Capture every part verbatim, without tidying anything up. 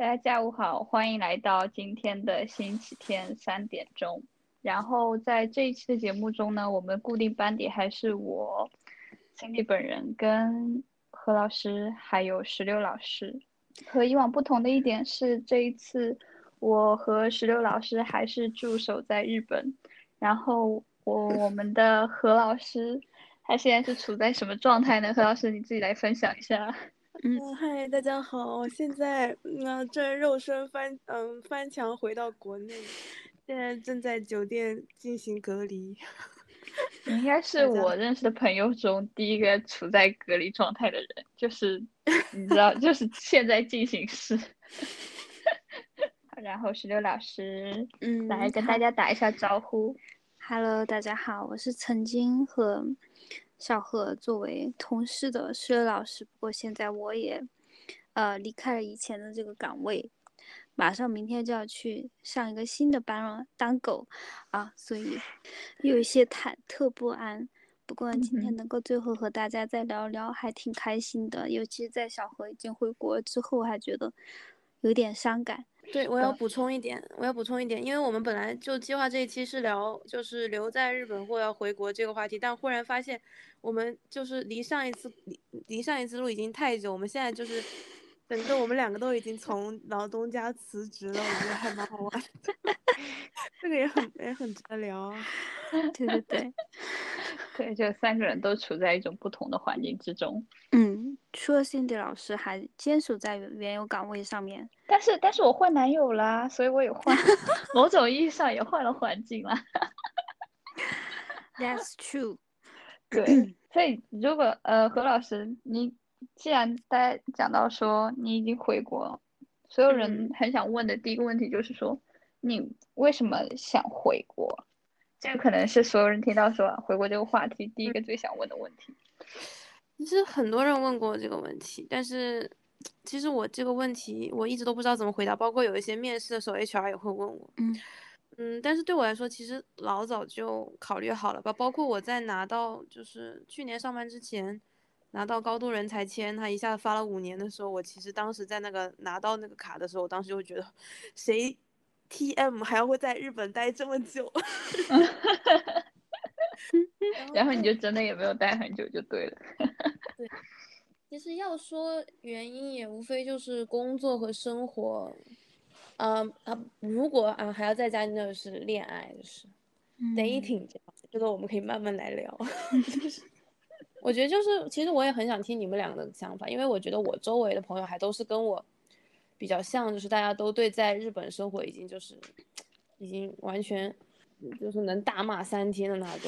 大家下午好，欢迎来到今天的星期天三点钟。然后在这一期的节目中呢，我们固定班底还是我、Cindy 本人跟何老师还有石榴老师。和以往不同的一点是，这一次我和石榴老师还是驻守在日本，然后我我们的何老师他现在是处在什么状态呢？何老师你自己来分享一下。 嗯，嗨，大家好，我现在嗯正肉身翻嗯翻墙回到国内，现在正在酒店进行隔离。 你应该是大家好。 我认识的朋友中第一个处在隔离状态的人，就是你知道，就是现在进行时。然后石榴老师来嗯，哈跟大家打一下招呼。 ，Hello，大家好，我是曾经和小何作为同事的施老师，不过现在我也呃离开了以前的这个岗位，马上明天就要去上一个新的班了，当狗啊，所以有一些忐忑不安。不过今天嗯哼。 能够最后和大家再聊聊，还挺开心的，尤其是在小何已经回国之后，还觉得有点伤感。 对，我要补充一点，我要补充一点，因为我们本来就计划这一期是聊就是留在日本或要回国这个话题，但忽然发现我们就是离上一次离离上一次录已经太久，我们现在就是整个我们两个都已经从老东家辞职了，我觉得还蛮好玩的。这个也很也很值得聊啊。 对对对。 对，就三个人都处在一种不同的环境之中。 嗯，除了 Cindy 老师还坚守在原原有岗位上面。 但是，但是我换男友啦，所以我也换，某种意义上也换了环境啦。 That's true。 对，所以如果呃何老师，你既然大家讲到说你已经回国了，所有人嗯。 很想问的第一个问题就是说，你为什么想回国？这个可能是所有人听到说回国这个话题第一个最想问的问题。 其实很多人问过我这个问题，但是其实我这个问题我一直都不知道怎么回答，包括有一些面试的时候 H R 也会问我。 嗯嗯，但是对我来说，其实老早就考虑好了吧。包括我在拿到就是去年上班之前拿到高度人才签，他一下子发了五年的时候，我其实当时在那个拿到那个卡的时候，我当时就会觉得，谁 T M 还要会在日本待这么久？然后然后你就真的也没有待很久就对了。 对。其实要说原因，也无非就是工作和生活。嗯啊，如果啊还要再加进就是恋爱，就是嗯 dating 这样，这个我们可以慢慢来聊。就是我觉得就是，其实我也很想听你们两个的想法，因为我觉得我周围的朋友还都是跟我比较像，就是大家都对在日本生活已经就是已经完全就是能大骂三天的那种。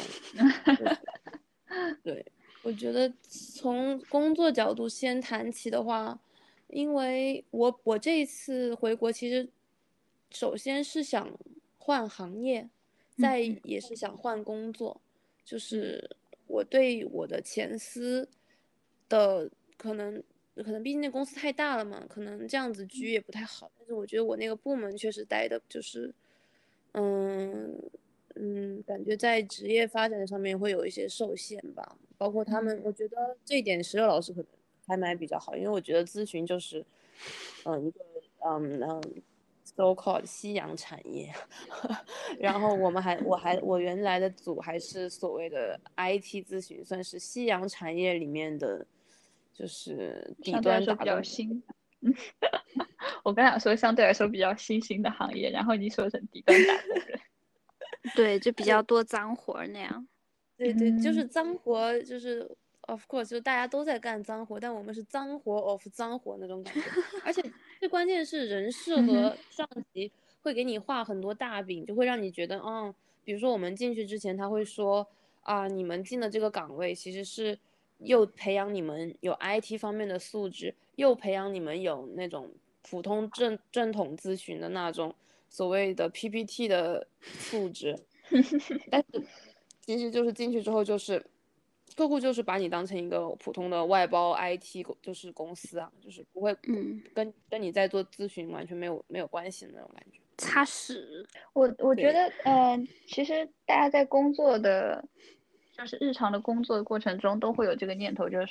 对，我觉得从工作角度先谈起的话，因为我我这一次回国，其实首先是想换行业，再嗯也是想换工作，就是我对我的前司的可能可能毕竟那公司太大了嘛，可能这样子居也不太好，但是我觉得我那个部门确实待的就是嗯。嗯，感觉在职业发展上面会有一些受限吧，包括他们，我觉得这一点石榴老师可能还蛮比较好，因为我觉得咨询就是，嗯，一个嗯嗯，so called 夕阳产业。然后我们还我还我原来的组还是所谓的 I T 咨询，算是夕阳产业里面的，就是底相对来说比端打工。 较新。嗯，我刚想说相对来说比较新兴的行业，然后你说成低端打工人。 对，就比较对。 多脏活儿那样。 对对，就是嗯。 脏活，就是 of course，就大家都在干脏活，但我们是脏活 of 脏活那种感觉。而且最关键是人事嗯哼。 和上级会给你画很多大饼，就会让你觉得，嗯，比如说我们进去之前，他会说啊，你们进的这个岗位其实是又培养你们有 I T 方面的素质，又培养你们有那种普通正正统咨询的那种所谓的 P P T 的素质。但是其实就是进去之后，就是客户就是把你当成一个普通的外包 I T 公就是公司啊，就是不会嗯， 跟跟你在做咨询完全没有没有关系的那种感觉。 擦屎。 我我觉对。 得，嗯、其实大家在工作的，就是日常的工作的过程中，都会有这个念头，就是说，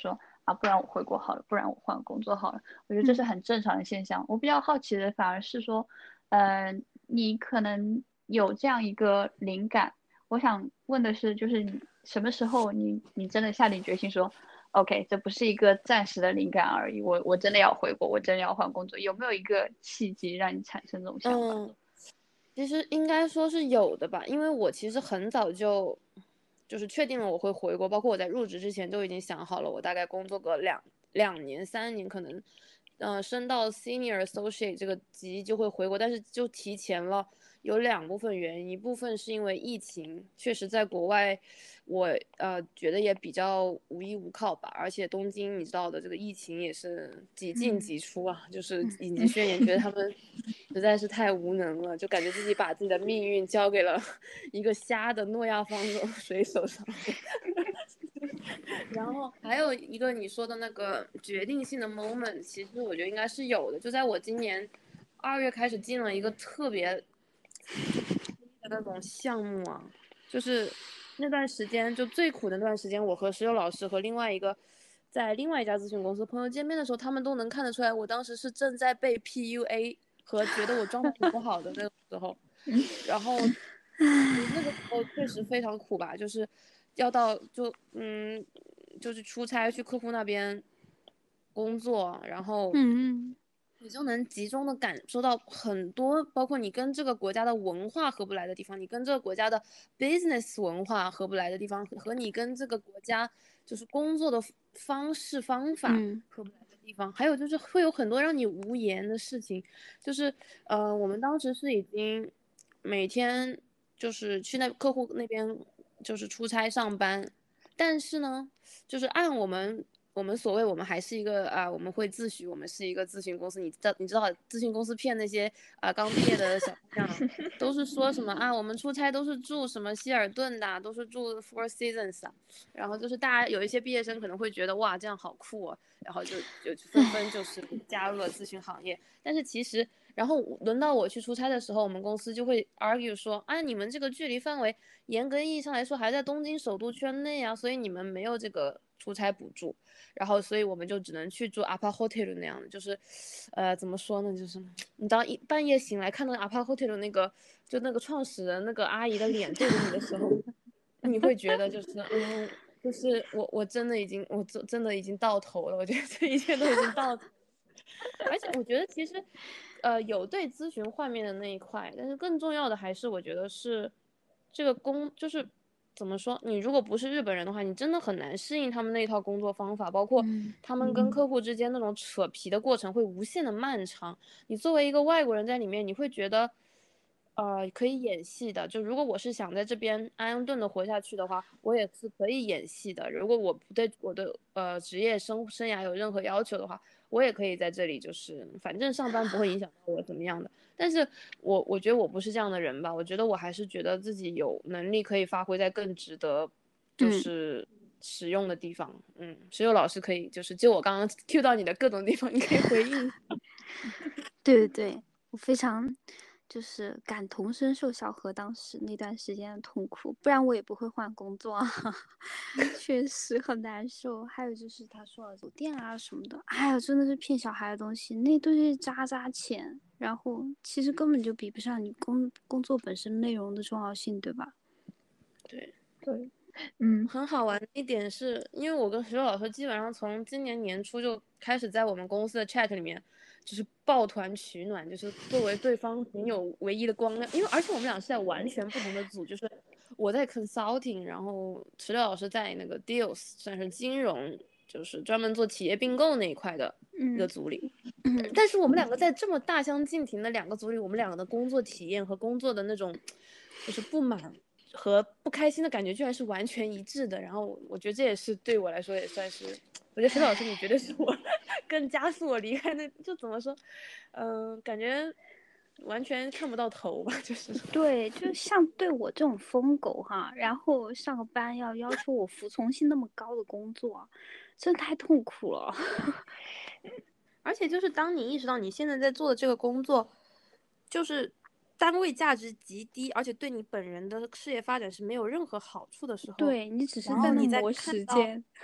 啊，不然我回国好了，不然我换工作好了。我觉得这是很正常的现象。我比较好奇的反而是说，呃，你可能有这样一个灵感，我想问的是，就是你什么时候你你真的下定决心说，OK，这不是一个暂时的灵感而已，我我真的要回国，我真的要换工作，有没有一个契机让你产生这种想法？ 嗯，其实应该说是有的吧，因为我其实很早就就是确定了我会回国，包括我在入职之前就已经想好了，我大概工作个两两年三年，可能呃升到 senior associate 这个级就会回国，但是就提前了。有两部分原因，一部分是因为疫情，确实在国外我呃觉得也比较无依无靠吧，而且东京你知道的，这个疫情也是几进几出啊，就是影级宣言觉得他们实在是太无能了，就感觉自己把自己的命运交给了一个瞎的诺亚方舟水手上面。然后还有一个你说的那个决定性的 moment， 其实我觉得应该是有的，就在我今年二月开始进了一个特别的那种项目啊，就是那段时间就最苦的那段时间，我和石榴老师和另外一个在另外一家咨询公司朋友见面的时候，他们都能看得出来，我当时是正在被 P U A 和觉得我状态挺不好的那个时候，然后那个时候确实非常苦吧，就是要到就嗯就是出差去客户那边工作，然后嗯你就能集中的感受到很多，包括你跟这个国家的文化合不来的地方，你跟这个国家的 business 文化合不来的地方，和你跟这个国家就是工作的方式方法嗯合不来的地方，还有就是会有很多让你无言的事情，就是呃，我们当时是已经每天就是去那客户那边就是出差上班，但是呢，就是按我们我们所谓我们还是一个啊，我们会自诩我们是一个咨询公司。你知道你知道咨询公司骗那些啊刚毕业的小姑娘，都是说什么啊，我们出差都是住什么希尔顿的，都是住 Four Seasons 啊。然后就是大家有一些毕业生可能会觉得哇这样好酷哦，然后就就纷纷就是加入了咨询行业。但是其实，然后轮到我去出差的时候，我们公司就会 argue 说，啊，你们这个距离范围严格意义上来说还在东京首都圈内啊，所以你们没有这个出差补助。然后所以我们就只能去住 apart hotel 那样的，就是呃怎么说呢，就是你当一半夜醒来看到 apart hotel 那个就那个创始人那个阿姨的脸对着你的时候，你会觉得就是嗯就是我我真的已经我真真的已经到头了，我觉得这一切都已经到头了。而且我觉得其实呃有对咨询换面的那一块，但是更重要的还是我觉得是这个工就是怎么说，你如果不是日本人的话，你真的很难适应他们那套工作方法，包括他们跟客户之间那种扯皮的过程会无限的漫长。你作为一个外国人在里面，你会觉得呃可以演戏的，就如果我是想在这边安安顿的活下去的话，我也是可以演戏的。如果我不对我的呃职业生生涯有任何要求的话，我也可以在这里，就是反正上班不会影响到我怎么样的。但是我我觉得我不是这样的人吧，我觉得我还是觉得自己有能力可以发挥在更值得就是使用的地方。嗯，石榴老师可以就是就我刚刚 cue 到你的各种地方，你可以回应。 对对对，我非常就是感同身受小何当时那段时间的痛苦，不然我也不会换工作啊，确实很难受。还有就是他说的酒店啊什么的，哎呀，真的是骗小孩的东西，那都是渣渣钱，然后其实根本就比不上你工工作本身内容的重要性，对吧？ 对对，嗯， 很好玩的一点是，因为我跟石榴老师基本上从今年年初就开始在我们公司的 chat 里面，就是抱团取暖，就是作为对方仅有唯一的光亮。因为而且我们俩是在完全不同的组，就是我在 consulting，然后石榴老师在那个 deals，算是金融，就是专门做企业并购那一块的一个组里。 嗯， 但是我们两个在这么大相径庭的两个组里，我们两个的工作体验和工作的那种就是不满和不开心的感觉居然是完全一致的。然后我觉得这也是对我来说也算是，我觉得石老师你绝对是我更加速我离开那，就怎么说，嗯、呃，感觉完全看不到头吧，就是对，就像对我这种疯狗哈，然后上个班要要求我服从性那么高的工作，真的太痛苦了。 而且就是当你意识到你现在在做的这个工作，就是单位价值极低，而且对你本人的事业发展是没有任何好处的时候， 对，你只是然后你再在那磨看到， 时间。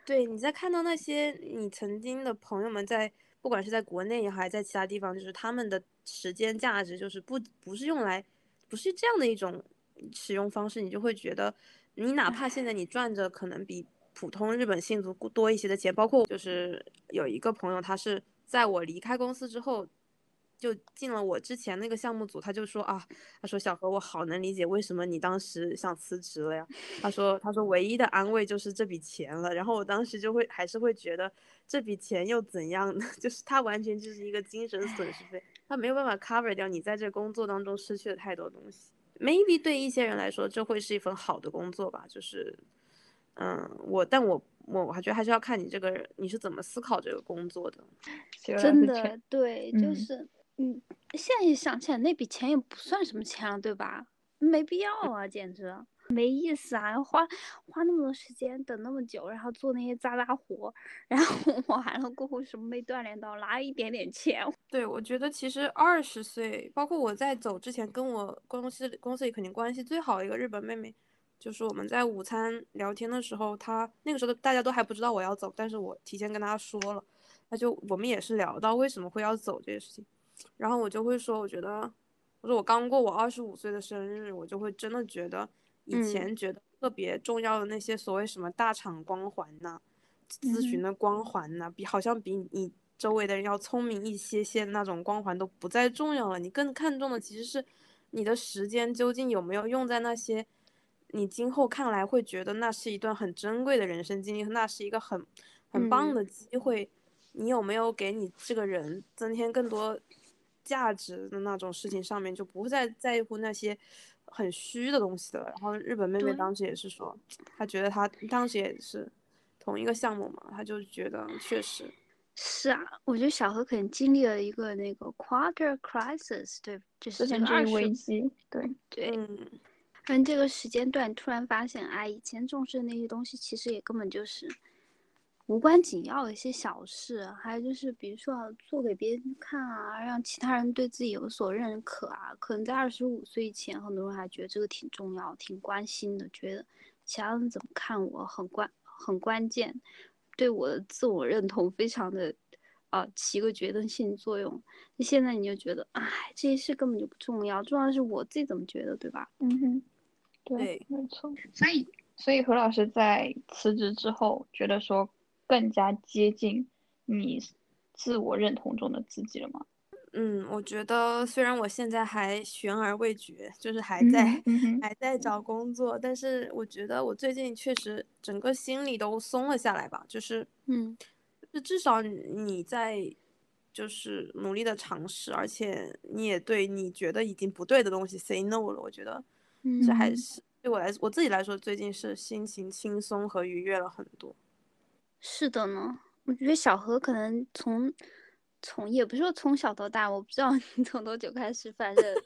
对，你在看到那些你曾经的朋友们在，不管是在国内也好，还是在其他地方，就是他们的时间价值就是不不是用来，不是这样的一种使用方式，你就会觉得，你哪怕现在你赚着可能比普通日本信徒多一些的钱，包括就是有一个朋友，他是在我离开公司之后，就进了我之前那个项目组，他就说啊，他说小何，我好能理解为什么你当时想辞职了呀。他说他说唯一的安慰就是这笔钱了。然后我当时就会还是会觉得这笔钱又怎样呢？就是他完全就是一个精神损失费，他没有办法 cover 掉你在这工作当中失去的太多东西。Maybe 对一些人来说，这会是一份好的工作吧，就是。嗯，我但我我我还觉得还是要看你这个人你是怎么思考这个工作的。 真的对，就嗯是嗯，现在想起来那笔钱也不算什么钱了，对吧？没必要啊，简直没意思啊！花花那么多时间等那么久，然后做那些渣渣活，然后完了过后什么没锻炼到，拿一点点钱。 对，我觉得其实二十岁，包括我在走之前，跟我公司公司里肯定关系最好的一个日本妹妹。就是我们在午餐聊天的时候，她那个时候大家都还不知道我要走，但是我提前跟她说了，她就我们也是聊到为什么会要走这些事情，然后我就会说，我觉得，我说我刚过我二十五岁的生日，我就会真的觉得以前觉得特别重要的那些所谓什么大厂光环呐、咨询的光环呐、比好像比你周围的人要聪明一些些，那种光环都不再重要了，你更看重的其实是你的时间究竟有没有用在那些。你今后看来会觉得那是一段很珍贵的人生经历，那是一个很很棒的机会。你有没有给你这个人增添更多价值的那种事情上面，就不会再在乎那些很虚的东西的了。然后日本妹妹当时也是说，她觉得她当时也是同一个项目嘛，她就觉得确实是啊，我觉得小何可能经历了一个那个 quarter crisis，对，就是这个二十危机，对对。 嗯。 嗯，这个时间段突然发现，哎，以前重视的那些东西，其实也根本就是无关紧要的一些小事。还有就是，比如说做给别人看啊，让其他人对自己有所认可啊。可能在二十五岁以前，很多人还觉得这个挺重要、挺关心的，觉得其他人怎么看我很关很关键，对我的自我认同非常的啊、呃、起个决定性作用。那现在你就觉得，哎，这些事根本就不重要，重要的是我自己怎么觉得，对吧？ 嗯哼。对，没错。所以，所以何老师在辞职之后，觉得说更加接近你自我认同中的自己了吗？ 嗯，我觉得虽然我现在还悬而未决，就是还嗯在哼嗯哼还在找工作，但是我觉得我最近确实整个心里都松了下来吧，就是嗯， 就至少你在就是努力的尝试，而且你也对你觉得已经不对的东西 say no 了，我觉得这还嗯是对我来我自己来说，最近是心情轻松和愉悦了很多。 是的呢。我觉得小何可能从从也不是说从小到大，我不知道你从多久开始，反正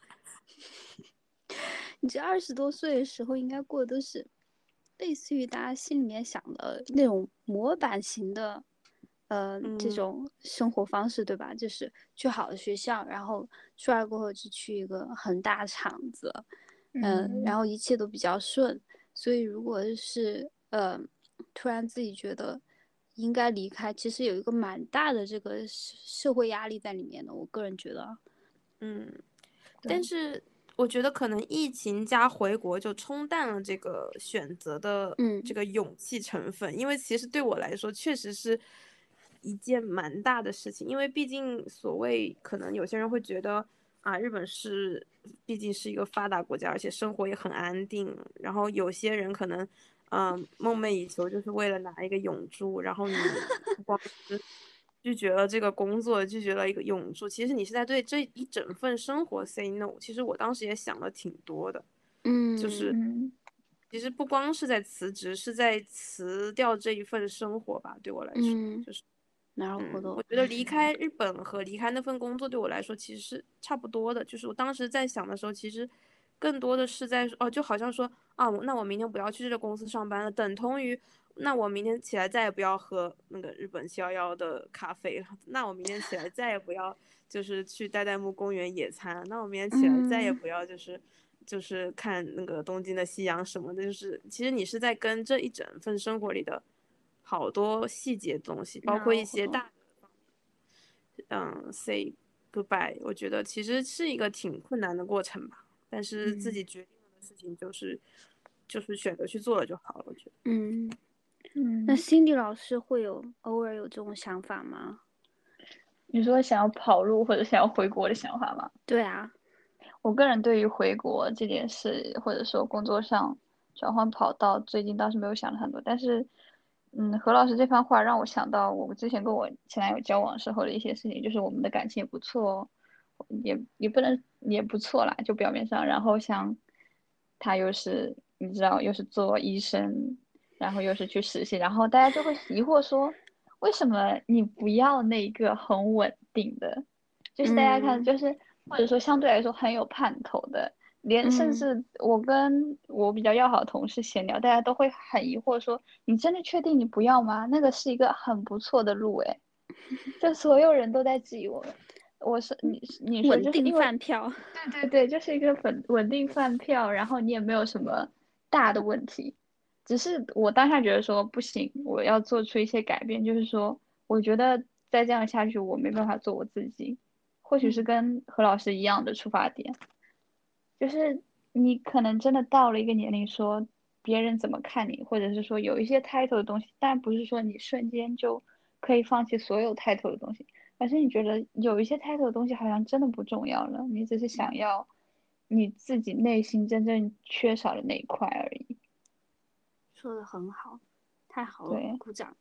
你这二十多岁的时候，应该过的都是类似于大家心里面想的那种模板型的，呃，这嗯种生活方式，对吧？就是去好的学校，然后出来过后就去一个很大厂子，嗯、呃，然后一切都比较顺。所以如果是呃，突然自己觉得应该离开，其实有一个蛮大的这个社会压力在里面的。我个人觉得， 嗯。但是我觉得可能疫情加回国就冲淡了这个选择的嗯这个勇气成分，因为其实对我来说确实是一件蛮大的事情，因为毕竟所谓可能有些人会觉得啊，日本是毕竟是一个发达国家，而且生活也很安定，然后有些人可能嗯、呃梦寐以求就是为了拿一个永住，然后你不光是拒绝了这个工作，拒绝了一个永住，其实你是在对这一整份生活 say no。其实我当时也想了挺多的，就是嗯其实不光是在辞职，是在辞掉这一份生活吧。对我来说， 嗯， 就是嗯， なるほど。 我觉得离开日本和离开那份工作对我来说其实是差不多的。就是我当时在想的时候，其实更多的是在哦，就好像说啊，那我明天不要去这个公司上班了，等同于那我明天起来再也不要喝那个日本七幺幺的咖啡了，那我明天起来再也不要就是去代代木公园野餐了，那我明天起来再也嗯不要就是就是看那个东京的夕阳什么的，就是其实你是在跟这一整份生活里的好多细节的东西，包括一些大嗯 say goodbye， 我觉得其实是一个挺困难的过程吧，但是自己决定的事情就是、嗯、就是选择去做了就好了，我觉得。 嗯嗯， 那 Cindy 老师会有偶尔有这种想法吗？ 你说想要跑路或者想要回国的想法吗？ 对啊， 我个人对于回国这件事，或者说工作上转换跑道，最近倒是没有想的很多。但是，嗯，何老师这番话让我想到我之前跟我前男友交往时候的一些事情，就是我们的感情也不错，也也不能也不错啦，就表面上。然后像他又是你知道，又是做医生，然后又是去实习，然后大家就会疑惑说，为什么你不要那个很稳定的？就是大家看， 嗯就是或者说相对来说很有盼头的，连甚嗯至我跟我比较要好的同事闲聊，大家都会很疑惑说：“你真的确定你不要吗？那个是一个很不错的路，诶。”就所有人都在质疑我们。我是你，你说稳定就是因为饭票。 对对对，就是一个稳稳定饭票，然后你也没有什么大的问题，只是我当下觉得说不行，我要做出一些改变，就是说我觉得再这样下去，我没办法做我自己。或许是嗯跟何老师一样的出发点，就是你可能真的到了一个年龄说，别人怎么看你，或者是说有一些 title 的东西，但不是说你瞬间就可以放弃所有 title 的东西，而是你觉得有一些 title 的东西好像真的不重要了，你只是想要你自己内心真正缺少的那一块而已。 说的很好，太好了， 对， 鼓掌。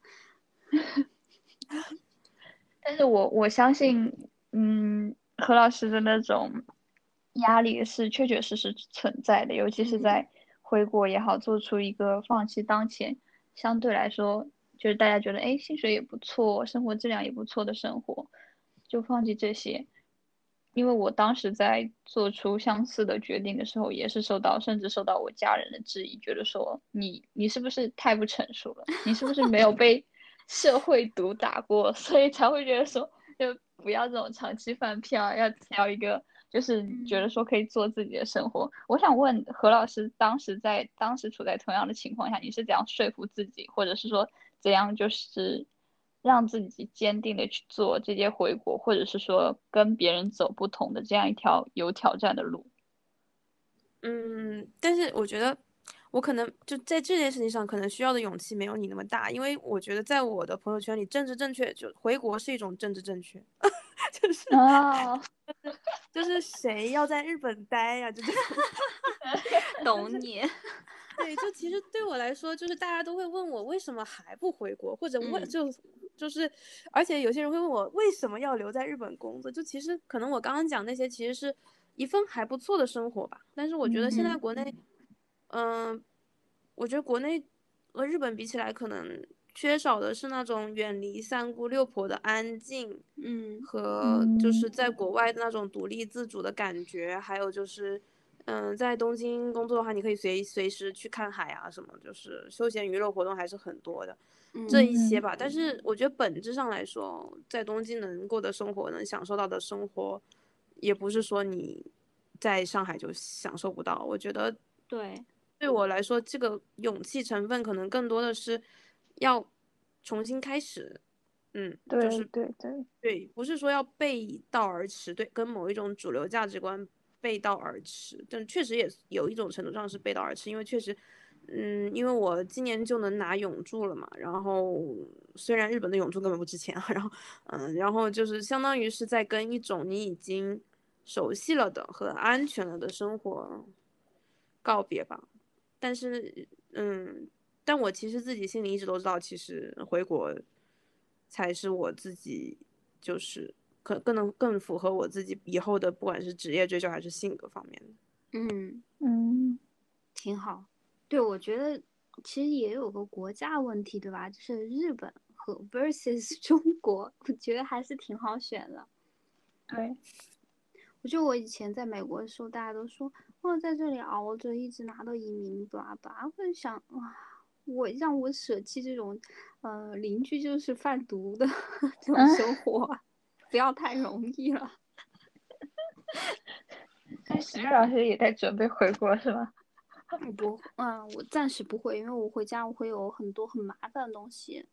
但是我我相信，嗯，何老师的那种压力是确确实实存在的，尤其是嗯在回国也好，做出一个放弃当前相对来说就是大家觉得哎薪水也不错，生活质量也不错的生活，就放弃这些。因为我当时在做出相似的决定的时候，也是受到甚至受到我家人的质疑，觉得说你你是不是太不成熟了？你是不是没有被社会毒打过，所以才会觉得说就不要这种长期饭票，要挑一个就是觉得说可以做自己的生活。我想问何老师，当时在当时处在同样的情况下，你是怎样说服自己，或者是说怎样就是让自己坚定的去做这些回国，或者是说跟别人走不同的这样一条有挑战的路？ 嗯，但是我觉得我可能就在这件事情上，可能需要的勇气没有你那么大，因为我觉得在我的朋友圈里，政治正确就回国是一种政治正确，就是哦， 就是谁要在日本待呀、啊，就这种。 懂你。 对，就其实对我来说，就是大家都会问我为什么还不回国，或者为、 嗯、 就就是，而且有些人会问我为什么要留在日本工作。就其实可能我刚刚讲那些，其实是一份还不错的生活吧。但是我觉得现在国内，嗯、呃，我觉得国内和日本比起来，可能缺少的是那种远离三姑六婆的安静， 嗯， 和就是在国外的那种独立自主的感觉，还有就是。嗯，在东京工作的话，你可以随随时去看海啊，什么就是休闲娱乐活动还是很多的，这一些吧。但是我觉得本质上来说，在东京能过的生活，能享受到的生活，也不是说你在上海就享受不到。我觉得， 对， 对我来说，这个勇气成分可能更多的是要重新开始。嗯，就对是对对， 对，不是说要背道而驰，对，跟某一种主流价值观背道而驰，但确实也有一种程度上是背道而驰，因为确实，嗯，因为我今年就能拿永驻了嘛，然后虽然日本的永驻根本不值钱啊，然后，嗯，然后就是相当于是在跟一种你已经熟悉了的和安全了的生活告别吧，但是，嗯，但我其实自己心里一直都知道，其实回国才是我自己就是可更能更符合我自己以后的，不管是职业追求还是性格方面的。 嗯， 嗯， 挺好。对，我觉得其实也有个国家问题，对吧？就是日本和 versus 中国，我觉得还是挺好选的。 对， 我觉得我以前在美国的时候，大家都说我在这里熬着，一直拿到移民，巴拉我就想，哇，我让我舍弃这种，呃，邻居就是贩毒的这种生活，不要太容易了。 那石月老师也在准备回国是吗？ 不，嗯，我暂时不会，因为我回家我会有很多很麻烦的东西，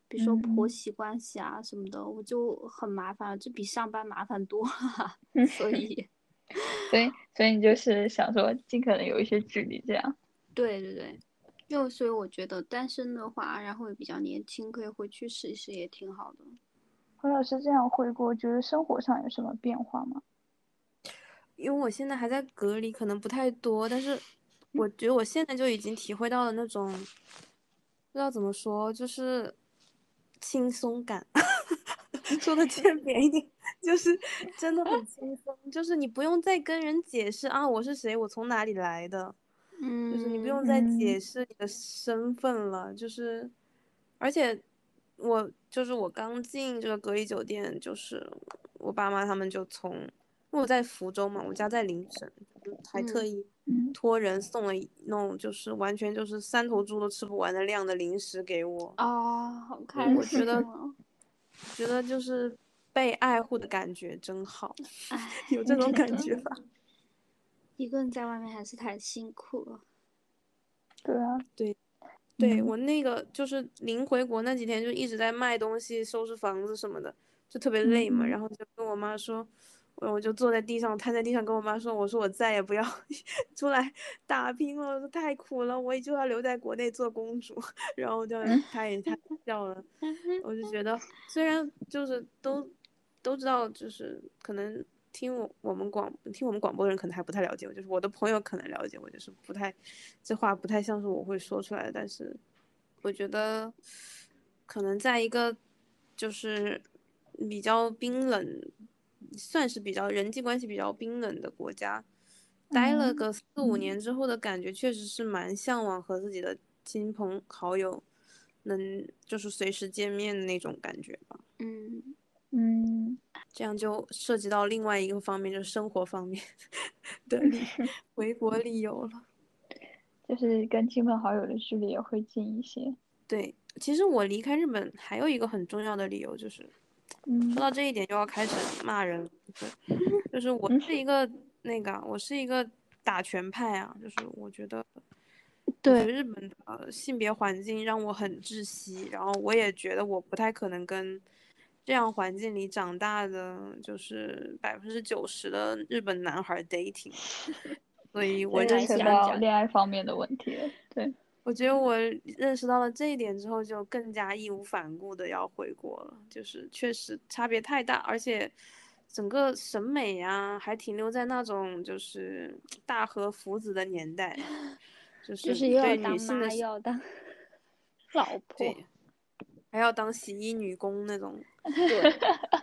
比如说婆嗯媳关系啊什么的，我就很麻烦，这比上班麻烦多了。 嗯， 所以， 所以所以你就是想说尽可能有一些距离这样。 对对对，就所以我觉得单身的话，然后也比较年轻，可以回去试一试，也挺好的。 何老师这样回国，觉得生活上有什么变化吗？ 因为我现在还在隔离，可能不太多，但是我觉得我现在就已经体会到了那种，不知道怎么说，就是轻松感。说的欠扁一点，就是真的很轻松，就是你不用再跟人解释啊，我是谁，我从哪里来的，就是你不嗯用再嗯解释你的身份了，就是而且我就是我刚进这个隔离酒店，就是我爸妈他们就从，因为我在福州嘛，我家在邻省，就还特嗯意嗯， 托人送了那种就是完全就是三头猪都吃不完的量的零食给我， 啊，好所以开我觉得心啊！ 觉得就是被爱护的感觉真好， 哎， 有这种真的， 感觉吧？ 一个人在外面还是太辛苦了。 对啊， 对。对， 嗯我那个就是临回国那几天，就一直在卖东西、收拾房子什么的，就特别累嘛。 嗯嗯然后就跟我妈说，我我就坐在地上，瘫在地上跟我妈说，我说我再也不要出来打拼了，我说太苦了，我也就要留在国内做公主。然后就嗯她也她笑了，我就觉得虽然就是都都知道，就是可能听我我们广听我们广播的人可能还不太了解我，就是我的朋友可能了解我，就是不太这话不太像是我会说出来的，但是我觉得可能在一个就是比较冰冷，算是比较人际关系比较冰冷的国家。待了嗯个四五年之后的感觉，确实是蛮向往和自己的亲朋好友能就是随时见面的那种感觉吧。 嗯， 嗯， 这样就涉及到另外一个方面，就是生活方面的理回国理由了。 就是跟亲朋好友的距离也会近一些。 对，其实我离开日本还有一个很重要的理由，就是说嗯到这一点就要开始骂人了，就是就是我嗯， 是一个那个啊我是一个打拳派啊，就是我觉得我觉对， 得日本的性别环境让我很窒息，然后我也觉得我不太可能跟这样环境里长大的，就是百分之九十的日本男孩 dating，所以我这就认识扯到来讲讲， 恋爱方面的问题了。对， 我觉得我认识到了这一点之后，就更加义无反顾的要回国了。就是确实差别太大，而且整个审美呀、还停留在那种就是大和福子的年代，就是就是又要对女当妈， 性的审又要当老婆。 对，还要当洗衣女工那种。 对，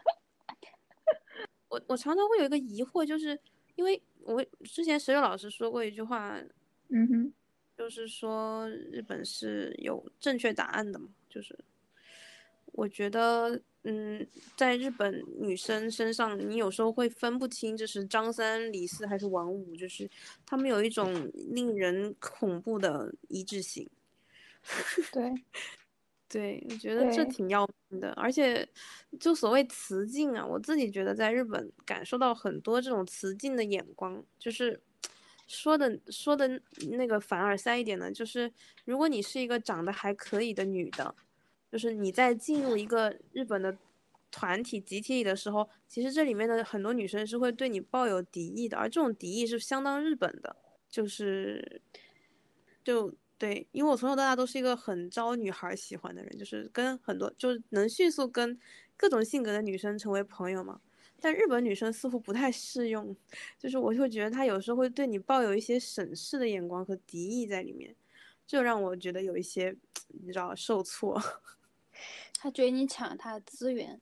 我我常常会有一个疑惑，就是因为我之前石榴老师说过一句话， 嗯哼， 就是说日本是有正确答案的嘛，就是我觉得，嗯，在日本女生身上，你有时候会分不清这是张三、李四还是王五，就是他们有一种令人恐怖的一致性。 对对，我觉得这对， 挺要命的，而且就所谓雌竞啊，我自己觉得在日本感受到很多这种雌竞的眼光，就是说的说的那个凡尔赛一点呢，就是如果你是一个长得还可以的女的，就是你在进入一个日本的团体集体里的时候，其实这里面的很多女生是会对你抱有敌意的，而这种敌意是相当日本的，就是就对，因为我从小到大都是一个很招女孩喜欢的人，就是跟很多就是能迅速跟各种性格的女生成为朋友嘛。但日本女生似乎不太适用，就是我会觉得她有时候会对你抱有一些审视的眼光和敌意在里面，这让我觉得有一些你知道受挫。 他觉得你抢了他的资源，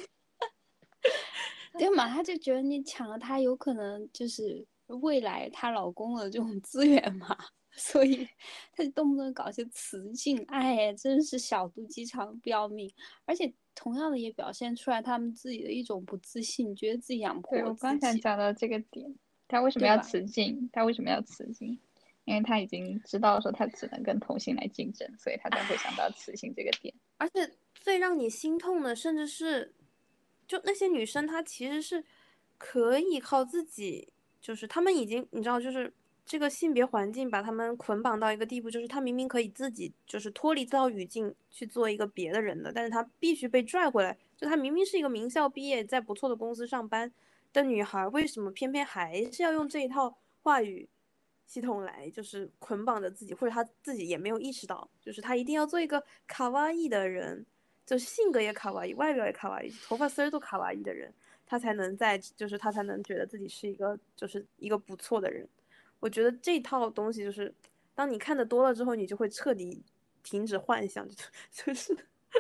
对嘛？他就觉得你抢了他有可能就是未来她老公的这种资源嘛，所以他就动不动搞些雌竞，哎，真是小肚鸡肠，不要命。而且同样的也表现出来他们自己的一种不自信，觉得自己养不对我活自刚想己， 讲到这个点，他为什么要对吧？ 辞境？他为什么要辞境？因为他已经知道说他只能跟同性来竞争，所以他才会想到辞性这个点。 而且最让你心痛的，甚至是就那些女生，她其实是可以靠自己，就是她们已经你知道，就是这个性别环境把他们捆绑到一个地步，就是他明明可以自己就是脱离这套语境去做一个别的人的，但是他必须被拽回来。就他明明是一个名校毕业，在不错的公司上班的女孩，为什么偏偏还是要用这一套话语系统来就是捆绑着自己，或者他自己也没有意识到，就是他一定要做一个卡哇伊的人，就是性格也卡哇伊，外表也卡哇伊，头发丝儿都卡哇伊的人，他才能在就是他才能觉得自己是一个就是一个不错的人。我觉得这套东西就是，当你看的多了之后，你就会彻底停止幻想，就就是。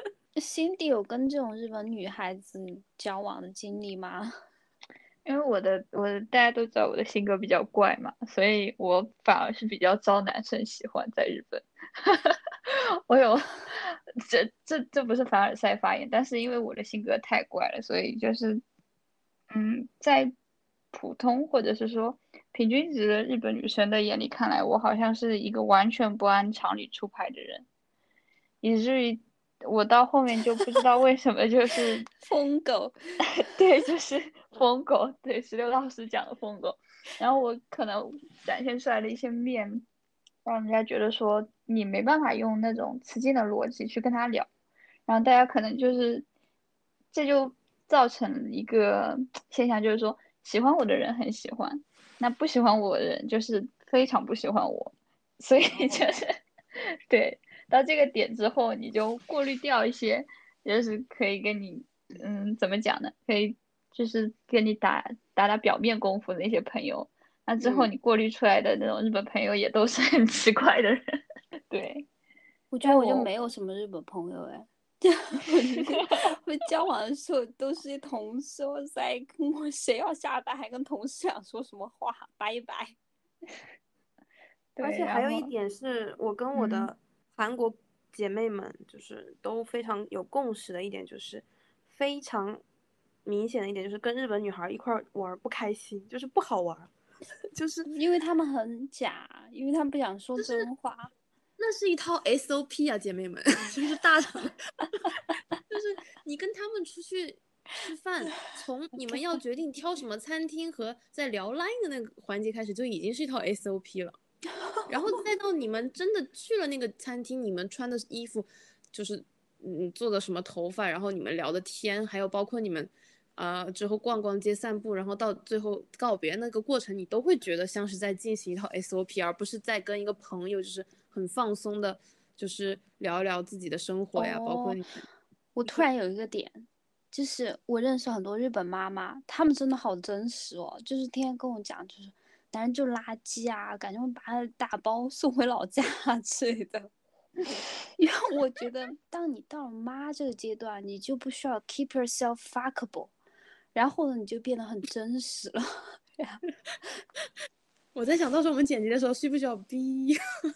Cindy 有跟这种日本女孩子交往的经历吗？ 因为我的我的大家都知道我的性格比较怪嘛，所以我反而是比较招男生喜欢在日本。我有这这这不是凡尔赛发言，但是因为我的性格太怪了，所以就是嗯，在普通或者是说平均值的日本女生的眼里看来，我好像是一个完全不按常理出牌的人，以至于我到后面就不知道为什么就是疯狗。 对，就是疯狗，对，石榴老师讲的疯狗。然后我可能展现出来的一些面，让人家觉得说你没办法用那种雌竞的逻辑去跟他聊，然后大家可能就是这就造成一个现象，就是说喜欢我的人很喜欢，那不喜欢我的人就是非常不喜欢我，所以就是对，到这个点之后，你就过滤掉一些，就是可以跟你。嗯，怎么讲呢？可以就是跟你打打打表面功夫的那些朋友，那之后嗯， 你过滤出来的那种日本朋友也都是很奇怪的人。对， 我觉得我就但我没有什么日本朋友哎，我就是我交往的时候都是同事，哇塞，跟我谁要下班还跟同事想说什么话，拜拜。 而对， 且还有一然后点是我跟我嗯， 的韩国姐妹们就是都非常有共识的一点，就是非常明显的一点就是跟日本女孩一块玩不开心，就是不好玩，就是因为他们很假，因为他们不想说真话。 那是一套 S O P 啊，姐妹们，就是大厂，就是你跟他们出去吃饭，从你们要决定挑什么餐厅和在聊 Line 的那个环节开始，就已经是一套 S O P 了。然后再到你们真的去了那个餐厅，你们穿的衣服，就是嗯做的什么头发，然后你们聊的天，还有包括你们呃之后逛逛街、散步，然后到最后告别那个过程，你都会觉得像是在进行一套 S O P，而不是在跟一个朋友就是很放松的，就是聊一聊自己的生活呀，包括哦， 你。 我突然有一个点，就是我认识很多日本妈妈，她们真的好真实哦，就是天天跟我讲，就是男人就垃圾啊，感觉会把他的大包送回老家之类的。因为我觉得，当你到了妈这个阶段，你就不需要 keep yourself fuckable，然后呢，你就变得很真实了。 我在想到时候我们剪辑的时候需不需要逼？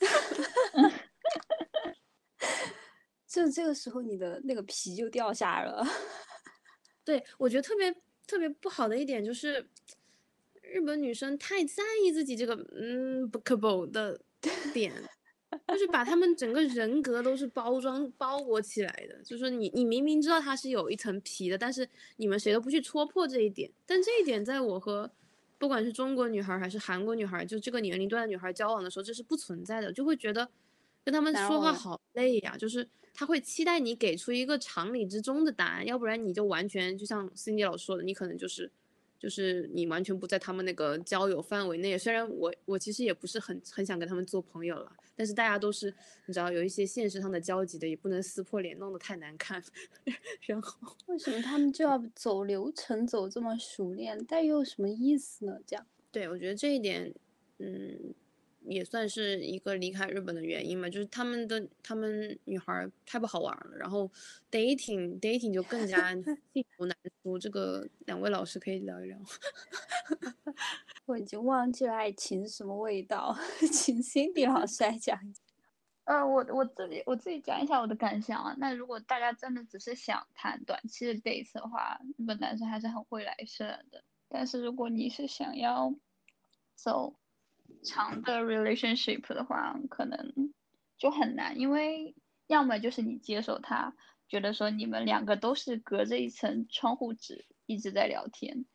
就这个时候，你的那个皮就掉下来了。 对，我觉得特别特别不好的一点就是，日本女生太在意自己这个嗯 bookable 的点，就是把他们整个人格都是包装包裹起来的。就是你你明明知道它是有一层皮的，但是你们谁都不去戳破这一点。但这一点在我和不管是中国女孩还是韩国女孩，就这个年龄段的女孩交往的时候，这是不存在的，就会觉得跟他们然后呢？ 说话好累呀，就是他会期待你给出一个常理之中的答案，要不然你就完全就像 Cindy 老师说的，你可能就是就是你完全不在他们那个交友范围内。虽然我我其实也不是很很想跟他们做朋友了，但是大家都是你知道有一些现实上的交集的，也不能撕破脸弄得太难看。然后为什么他们就要走流程走这么熟练？但又有什么意思呢？这样？ 对，我觉得这一点，嗯，也算是一个离开日本的原因嘛，就是他们的他们女孩太不好玩了，然后 dating dating 就更加幸福难出。这个两位老师可以聊一聊。 我已经忘记了爱情是什么味道，请 Cindy 老师来讲一讲。 呃，我我自己我自己讲一下我的感想啊。那如果大家真的只是想谈短期的 dates 的话，日本男生还是很会来事的。但是如果你是想要走长的 relationship 的话，可能就很难，因为要么就是你接受他，觉得说你们两个都是隔着一层窗户纸一直在聊天，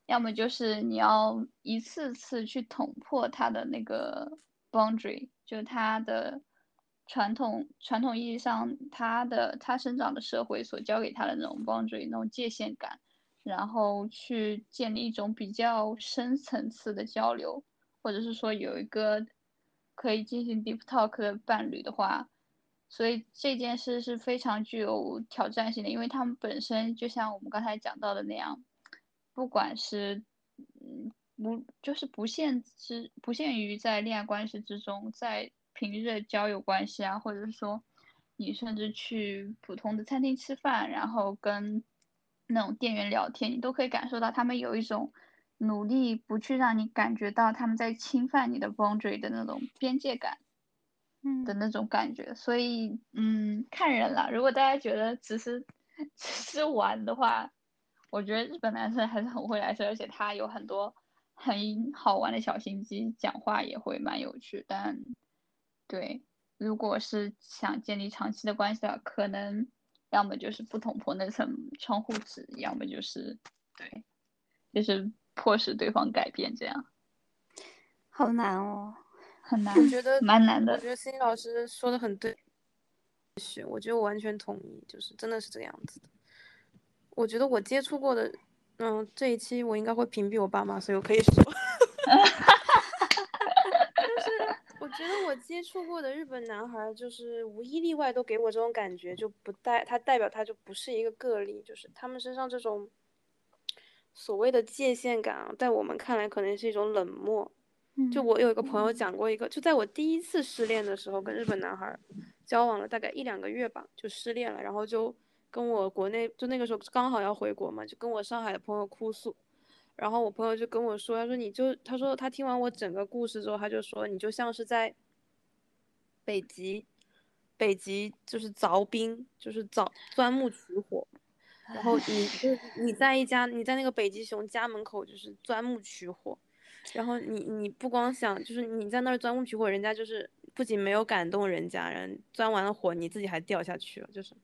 要么就是你要一次次去捅破他的那个 boundary，就是他的传统传统意义上他的他生长的社会所教给他的那种 boundary 那种界限感，然后去建立一种比较深层次的交流，或者是说有一个可以进行 deep talk 的伴侣的话。所以这件事是非常具有挑战性的，因为他们本身就像我们刚才讲到的那样，不管是嗯不就是不限之不限于在恋爱关系之中，在平日的交友关系啊，或者是说你甚至去普通的餐厅吃饭，然后跟那种店员聊天，你都可以感受到他们有一种努力不去让你感觉到他们在侵犯你的 boundary 的那种边界感。的嗯那种感觉，所以嗯，看人啦。如果大家觉得只是只是玩的话，我觉得日本男生还是很会来事，而且他有很多很好玩的小心机，讲话也会蛮有趣。但对，如果是想建立长期的关系的话，可能要么就是不捅破那层窗户纸，要么就是对，就是迫使对方改变，这样好难哦。 很难， 我觉得， 蛮难的。 我觉得 C 老师说的很对，我觉得我完全同意，就是真的是这个样子的。我觉得我接触过的，嗯，这一期我应该会屏蔽我爸妈，所以我可以说，就是我觉得我接触过的日本男孩，就是无一例外都给我这种感觉，就不代他代表他就不是一个个例，就是他们身上这种所谓的界限感啊，在我们看来可能是一种冷漠。就嗯我有一个朋友讲过一个，就在我第一次失恋的时候，跟日本男孩交往了大概一两个月吧，就失恋了，然后就跟我国内就那个时候刚好要回国嘛，就跟我上海的朋友哭诉，然后我朋友就跟我说，他说你就他说他听完我整个故事之后，他就说你就像是在北极，北极就是凿冰，就是凿钻木取火。然后你就是你在一家你在那个北极熊家门口就是钻木取火，然后你你不光想就是你在那儿钻木取火，人家就是不仅没有感动人家人，钻完了火你自己还掉下去了，就是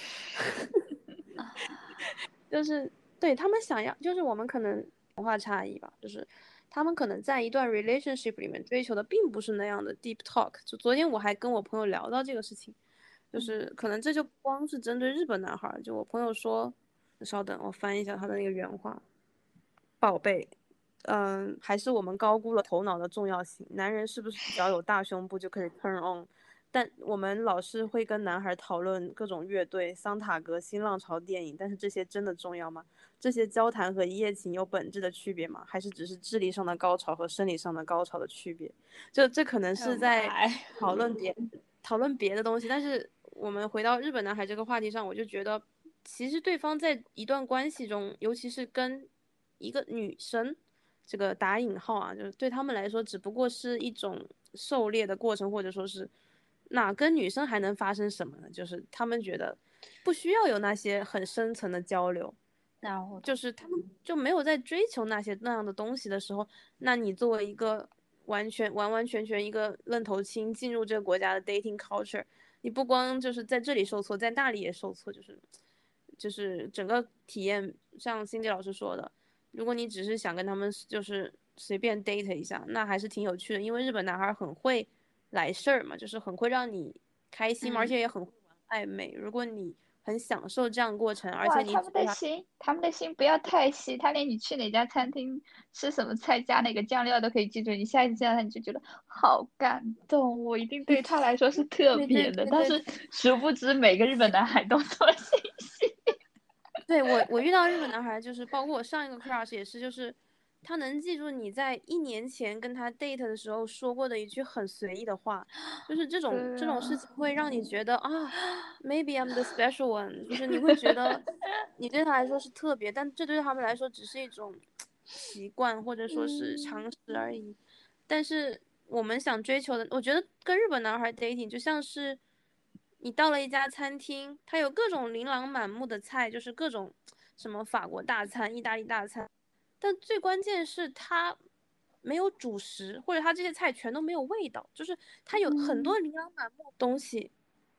就是对他们想要就是我们可能文化差异吧，就是他们可能在一段 relationship 里面追求的并不是那样的 deep talk。就昨天我还跟我朋友聊到这个事情，就是可能这就光是针对日本男孩，就我朋友说。稍等，我翻一下他的那个原话。宝贝，嗯、呃，还是我们高估了头脑的重要性。男人是不是只要有大胸部就可以 turn on？但我们老是会跟男孩讨论各种乐队、桑塔格、新浪潮电影，但是这些真的重要吗？这些交谈和一夜情有本质的区别吗？还是只是智力上的高潮和生理上的高潮的区别？就这可能是在讨论别讨论别的东西，但是我们回到日本男孩这个话题上，我就觉得。其实对方在一段关系中，尤其是跟一个女生，这个打引号啊，就是对他们来说，只不过是一种狩猎的过程，或者说是，那跟女生还能发生什么呢？就是他们觉得不需要有那些很深层的交流， 然后就是他们就没有在追求那些那样的东西的时候，那你作为一个完全完完全全一个愣头青进入这个国家的 dating culture，你不光就是在这里受挫，在那里也受挫，就是。就是整个体验，像辛迪老师说的，如果你只是想跟他们就是随便 date 一下，那还是挺有趣的，因为日本男孩很会来事儿嘛，就是很会让你开心嘛， 嗯、 而且也很会玩暧昧。如果你很享受这样过程，而且哇， 你他们的心，他们的心不要太细，他连你去哪家餐厅吃什么菜加哪个酱料都可以记住，你下一次见到他你就觉得好感动，我一定对他来说是特别的，但是殊不知每个日本男孩都这么心细。 对我，我遇到日本男孩，就是包括我上一个 crush 也是，就是他能记住你在一年前跟他 date 的时候说过的一句很随意的话，就是这种这种事情会让你觉得啊，maybe I'm the special one，就是你会觉得你对他来说是特别，但这对他们来说只是一种习惯或者说是常识而已。但是我们想追求的，我觉得跟日本男孩 dating 就像是。你到了一家餐厅，它有各种琳琅满目的菜，就是各种什么法国大餐、意大利大餐，但最关键是它没有主食，或者它这些菜全都没有味道，就是它有很多琳琅满目的东西，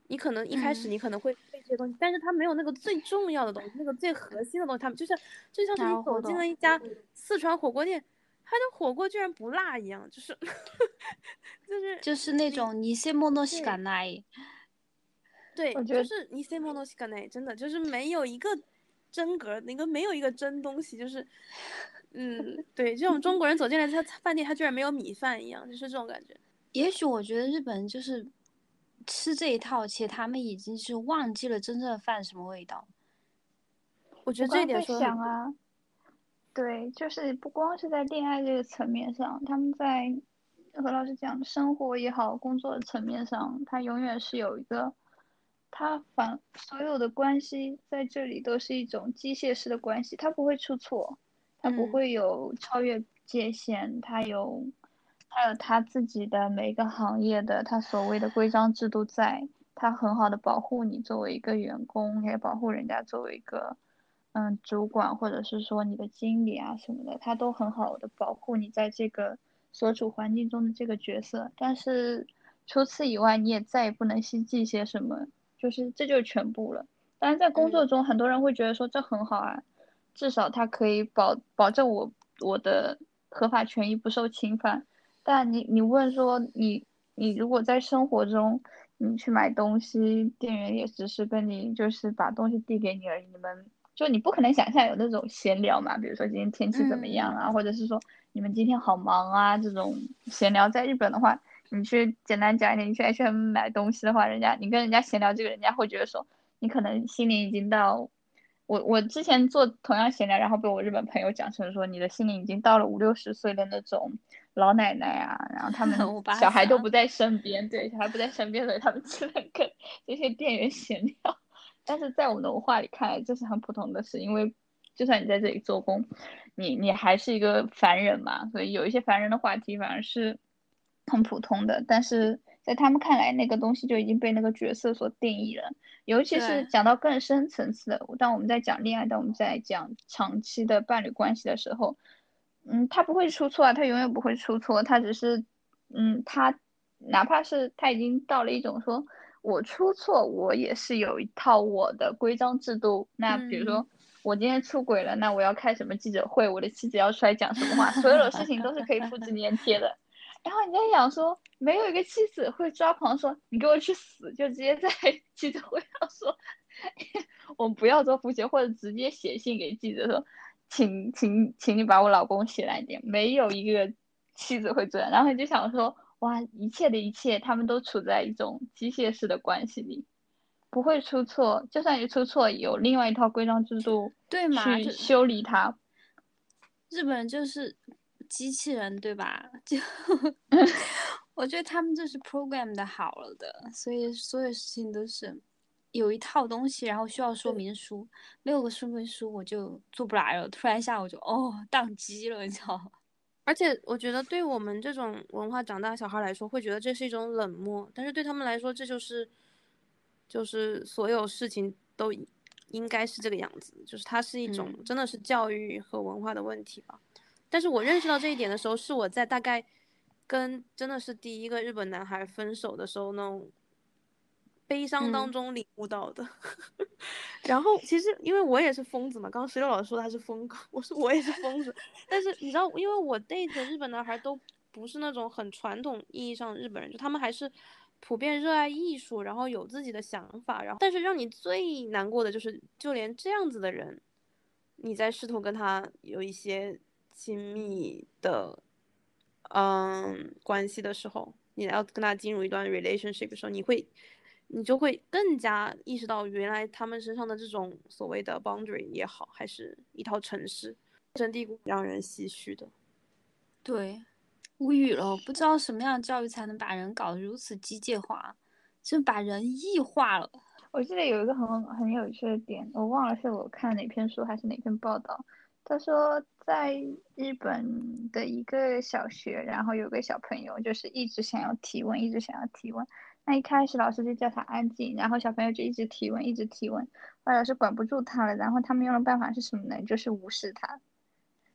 你可能一开始嗯， 你可能会背这些东西，但是它没有那个最重要的东西，那个最核心的东西，他们就像就像是你走なるほど。 进了一家四川火锅店，它的火锅居然不辣一样，就是就是就是那你种偽物しか对ない。 对， 我觉得就是你 s a m o n o s h i k a n e 真的就是没有一个真格，那个没有一个真东西，就是嗯，对，这种中国人走进来，他饭店他居然没有米饭一样，就是这种感觉。 也许我觉得日本人就是吃这一套，且他们已经是忘记了真正的饭什么味道。 我觉得这一我刚刚在点说的很对。 想啊，对，就是不光是在恋爱这个层面上，他们在何老师讲的生活也好，工作的层面上，他永远是有一个，他反所有的关系在这里都是一种机械式的关系，他不会出错，他不嗯会有超越界限，他有，他有他自己的每一个行业的他所谓的规章制度在，他很好的保护你作为一个员工，也保护人家作为一个。嗯，主管或者是说你的经理啊什么的，他都很好的保护你在这个所处环境中的这个角色。但是除此以外，你也再也不能希冀些什么，就是这就是全部了。当然，在工作嗯中，很多人会觉得说这很好啊，至少它可以保保证我我的合法权益不受侵犯。但你你问说你你如果在生活中，你去买东西，店员也只是跟你就是把东西递给你而已，你们就你不可能想象有那种闲聊嘛，比如说今天天气怎么样嗯啊，或者是说你们今天好忙啊这种闲聊，在日本的话，你去简单讲一点，你去 H and M 买东西的话，人家你跟人家闲聊这个，人家会觉得说你可能心里已经到。我我之前做同样闲聊，然后被我日本朋友讲成说你的心里已经到了五六十岁的那种老奶奶啊，然后他们我巴小孩都桑。 不在身边，对，小孩不在身边，所以他们只能跟这些店员闲聊。但是在我们的文化里看来，这是很普通的事，因为就算你在这里做工，你你还是一个凡人嘛，所以有一些凡人的话题反而是很普通的，但是在他们看来，那个东西就已经被那个角色所定义了。尤其是对， 讲到更深层次的，当我们在讲恋爱，当我们在讲长期的伴侣关系的时候，嗯，他不会出错啊，他永远不会出错，他只是，嗯，他哪怕是他已经到了一种说，我出错，我也是有一套我的规章制度。那比如嗯， 说我今天出轨了，那我要开什么记者会，我的妻子要出来讲什么话，所有的事情都是可以复制粘贴的。然后你在想说，没有一个妻子会抓狂说你给我去死，就直接在记者会上说我们不要做夫妻，或者直接写信给记者说，请请请你把我老公写烂点，没有一个妻子会这样。然后你就想说，哇，一切的一切，他们都处在一种机械式的关系里，不会出错，就算你出错，有另外一套规章制度对嘛，就去修理它。 日本人就是机器人，对吧？就我觉得他们就是 program 的好了的，所以所有事情都是有一套东西，然后需要说明书，没有个说明书我就做不来了。突然一下我就哦宕机了，你知道吗？ 而且我觉得对我们这种文化长大的小孩来说，会觉得这是一种冷漠，但是对他们来说，这就是就是所有事情都应该是这个样子，就是它是一种嗯真的是教育和文化的问题吧。但是我认识到这一点的时候，是我在大概跟真的是第一个日本男孩分手的时候那种悲伤当嗯中领悟到的。然后其实因为我也是疯子嘛，刚刚石榴老师说他是疯狗，我说我也是疯子。但是你知道，因为我 date 的日本男孩都不是那种很传统意义上的日本人，就他们还是普遍热爱艺术，然后有自己的想法。然后，但是让你最难过的就是，就连这样子的人，你在试图跟他有一些亲密的嗯关系的时候，你要跟他进入一段 relationship 的时候，你会。你就会更加意识到，原来他们身上的这种所谓的 boundary 也好，还是一套程式，根深蒂固，让人唏嘘的。 对，无语了，不知道什么样的教育才能把人搞得如此机械化，就把人异化了。 我记得有一个很很有趣的点，我忘了是我看哪篇书还是哪篇报道。他说，在日本的一个小学，然后有个小朋友就是一直想要提问，一直想要提问。那一开始老师就叫他安静，然后小朋友就一直提问，一直提问。后来老师管不住他了，然后他们用的办法是什么呢？就是无视他。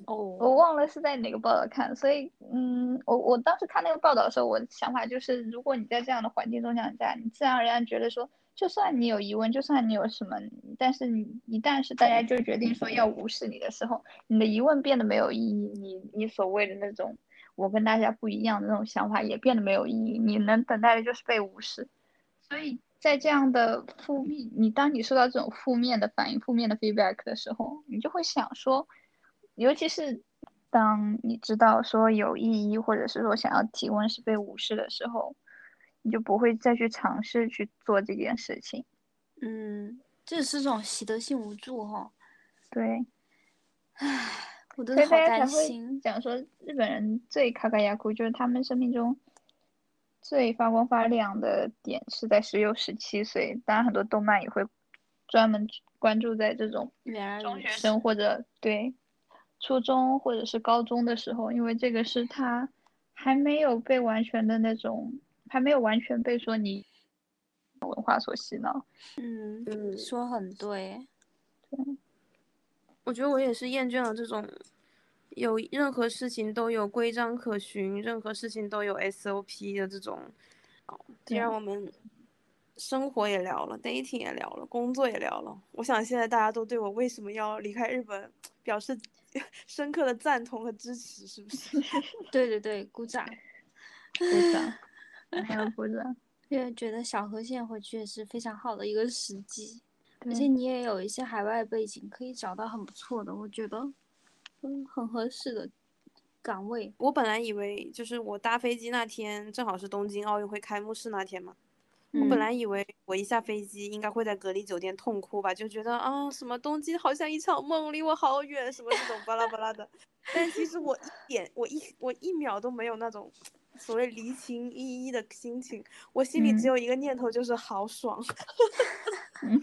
哦， 我忘了是在哪个报道看，所以嗯，我我当时看那个报道的时候，我的想法就是，如果你在这样的环境中长大，你自然而然觉得说，就算你有疑问，就算你有什么，但是你一旦是大家就决定说要无视你的时候，你的疑问变得没有意义，你你所谓的那种我跟大家不一样的那种想法也变得没有意义，你能等待的就是被无视。所以在这样的负面，你当你受到这种负面的反应、负面的 feedback 的时候，你就会想说，尤其是当你知道说有异议，或者是说想要提问是被无视的时候，你就不会再去尝试去做这件事情。 嗯，这是种习得性无助哈、哦。 对， 唉，我真所以大的好担家才会心。 讲说，日本人最卡卡亚库，就是他们生命中最发光发亮的点是在十六、十七岁。当然，很多动漫也会专门关注在这种原来中学如此。 生或者对初中或者是高中的时候，因为这个是他还没有被完全的那种，还没有完全被说你文化所洗脑。 嗯嗯， 说很对。 对， 我觉得我也是厌倦了这种有任何事情都有规章可循，任何事情都有 S O P 的这种。哦，既然我们生活也聊了 ，dating 也聊了，工作也聊了，我想现在大家都对我为什么要离开日本表示深刻的赞同和支持，是不是？ 对对对，鼓掌。 鼓掌，还有鼓掌。 因为觉得小河县回去也是非常好的一个时机，而且对， 你也有一些海外背景，可以找到很不错的，我觉得，嗯，很合适的岗位。 我本来以为就是我搭飞机那天正好是东京奥运会开幕式那天嘛，我本嗯， 来以为我一下飞机应该会在隔离酒店痛哭吧，就觉得啊什么东京好像一场梦，离我好远，什么这种巴拉巴拉的。但其实我一点我一我一秒都没有那种所谓离情依依的心情，我心里只嗯有一个念头，就是好爽。 嗯，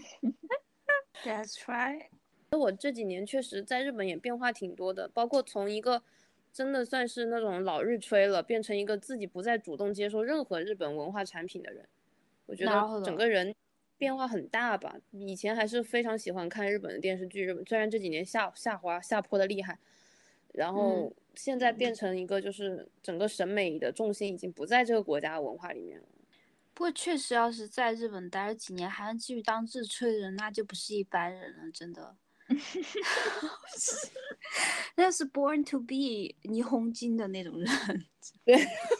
That's right。 我这几年确实在日本也变化挺多的，包括从一个真的算是那种老日吹了，变成一个自己不再主动接受任何日本文化产品的人。我觉得整个人变化很大吧。以前还是非常喜欢看日本的电视剧，日本虽然这几年下下滑下坡的厉害，然后现在变成一个就是整个审美的重心已经不在这个国家的文化里面了。 不过确实，要是在日本待了几年还能继续当日吹的人，那就不是一般人了，真的。那是 born to be 霓虹金的那种人。 对。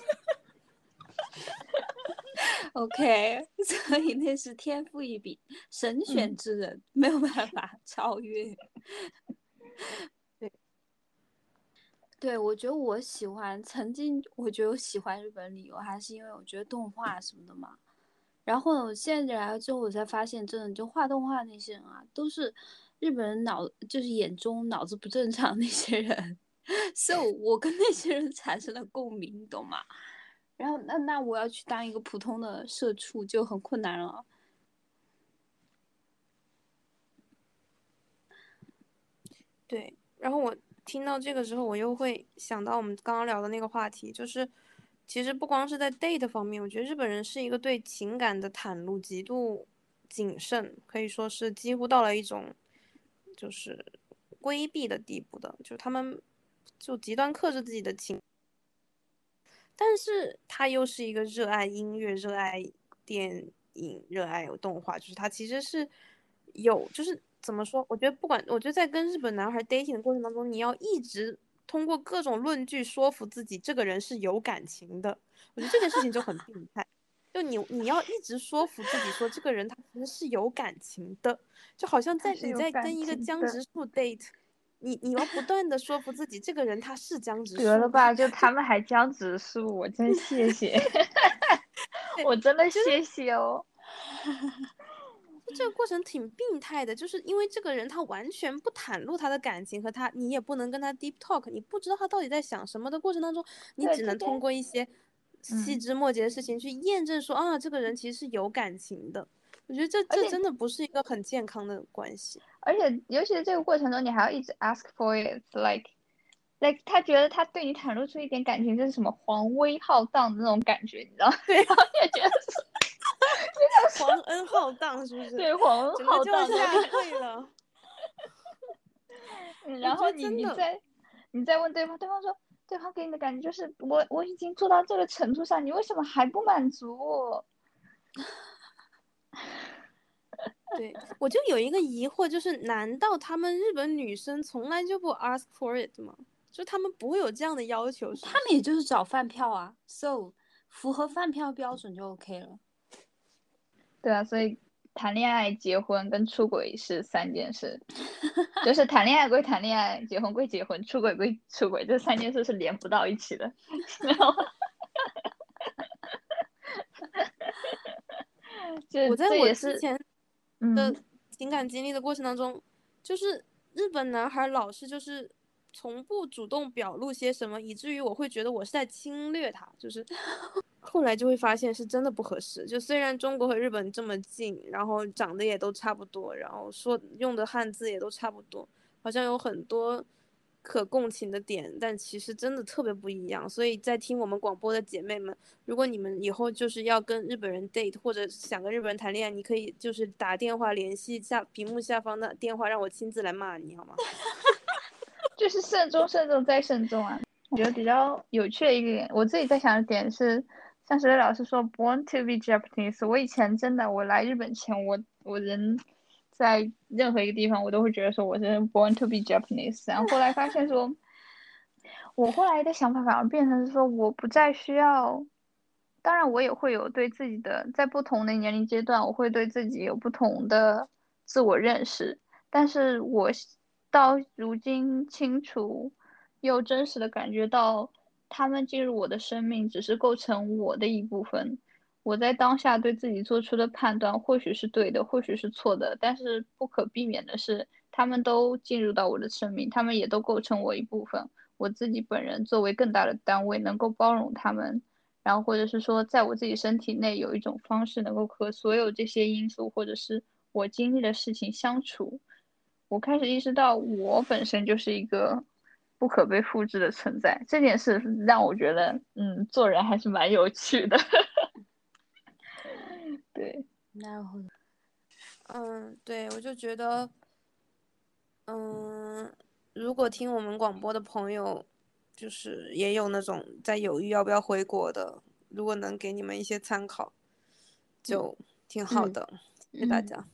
OK， 所以那是天赋异禀、神选之人，嗯、没有办法超越。 对， 对，我觉得我喜欢，曾经我觉得我喜欢日本理由还是因为我觉得动画什么的嘛。然后我现在来了之后，我才发现，真的就画动画那些人啊，都是日本人脑就是眼中脑子不正常那些人，所以我跟那些人产生了共鸣，懂吗？然后那那我要去当一个普通的社畜就很困难了。 对，然后我听到这个时候，我又会想到我们刚刚聊的那个话题，就是其实不光是在 date 方面，我觉得日本人是一个对情感的袒露极度谨慎，可以说是几乎到了一种就是规避的地步的，就他们就极端克制自己的情。但是他又是一个热爱音乐、热爱电影、热爱动画，就是他其实是有，就是怎么说？我觉得不管，我觉得在跟日本男孩 dating 的过程当中，你要一直通过各种论据说服自己这个人是有感情的。我觉得这件事情就很病态，就你你要一直说服自己说这个人他其实是有感情的，就好像在你在跟一个江直树 date。你你要不断的说服自己，这个人他是江直树。 得了吧，就他们还江直树，我真谢谢，我真的谢谢哦。 这个过程挺病态的，就是因为这个人他完全不袒露他的感情和他，你也不能跟他 deep talk， 你不知道他到底在想什么的过程当中，你只能通过一些细枝末节的事情去验证说、嗯、啊，这个人其实是有感情的。我觉得这这真的不是一个很健康的关系， 而且尤其是这个过程中，你还要一直 ask for it， like like 他觉得他对你袒露出一点感情，这是什么皇威浩荡的那种感觉，你知道吗？ 对， 然后也觉得是皇恩浩荡，是不是？ 对，皇恩浩荡整个就要下跪了。 然后你你在你再问对方，对方说，对方给你的感觉就是我我已经做到这个程度上，你为什么还不满足我？ 对，我就有一个疑惑，就是难道他们日本女生从来就不 ask for it 吗？就他们不会有这样的要求是不是？ 他们也就是找饭票啊 ，so 符合饭票标准就 OK 了。 对啊，所以谈恋爱、结婚跟出轨是三件事，就是谈恋爱归谈恋爱，结婚归结婚，出轨归出轨，这三件事是连不到一起的，知道吗？就我在我这也是， 之前的嗯， 情感经历的过程当中，就是日本男孩老是就是从不主动表露些什么，以至于我会觉得我是在侵略他，就是后来就会发现是真的不合适。就虽然中国和日本这么近，然后长得也都差不多，然后说用的汉字也都差不多，好像有很多可共情的点，但其实真的特别不一样。所以在听我们广播的姐妹们，如果你们以后就是要跟日本人 date 或者想跟日本人谈恋爱，你可以就是打电话联系下屏幕下方的电话，让我亲自来骂你好吗？ 就是慎重、慎重再慎重啊。我觉得比较有趣的一个点，我自己在想的点是，像石磊老师说 "born to be Japanese"，我以前真的，我来日本前，我我人在任何一个地方，我都会觉得说我是 "born to be Japanese"，然后后来发现说，我后来的想法反而变成是说，我不再需要。当然，我也会有对自己的，在不同的年龄阶段，我会对自己有不同的自我认识。但是我到如今清楚又真实的感觉到，他们进入我的生命只是构成我的一部分。我在当下对自己做出的判断，或许是对的，或许是错的，但是不可避免的是，他们都进入到我的生命，他们也都构成我一部分。我自己本人作为更大的单位，能够包容他们。然后或者是说，在我自己身体内有一种方式能够和所有这些因素或者是我经历的事情相处。我开始意识到，我本身就是一个不可被复制的存在。这件事让我觉得，嗯，做人还是蛮有趣的。对， なるほど。 嗯，对，我就觉得，嗯，如果听我们广播的朋友，就是也有那种在犹豫要不要回国的，如果能给你们一些参考，就挺好的。 嗯、 谢谢大家。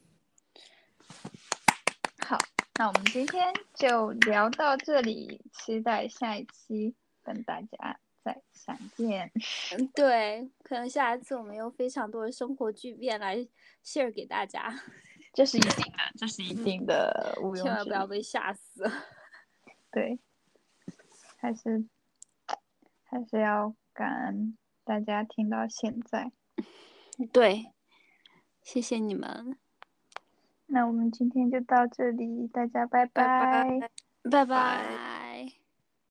好，那我们今天就聊到这里，期待下一期跟大家再相见。 嗯，对，可能下一次我们有非常多的生活巨变来 share 给大家， 这是一定的，这是一定的，毋庸置疑。 千万不要被吓死。 对，还是还是要感恩大家听到现在。 对，谢谢你们。 那我们今天就到这里，大家拜拜拜， 拜拜。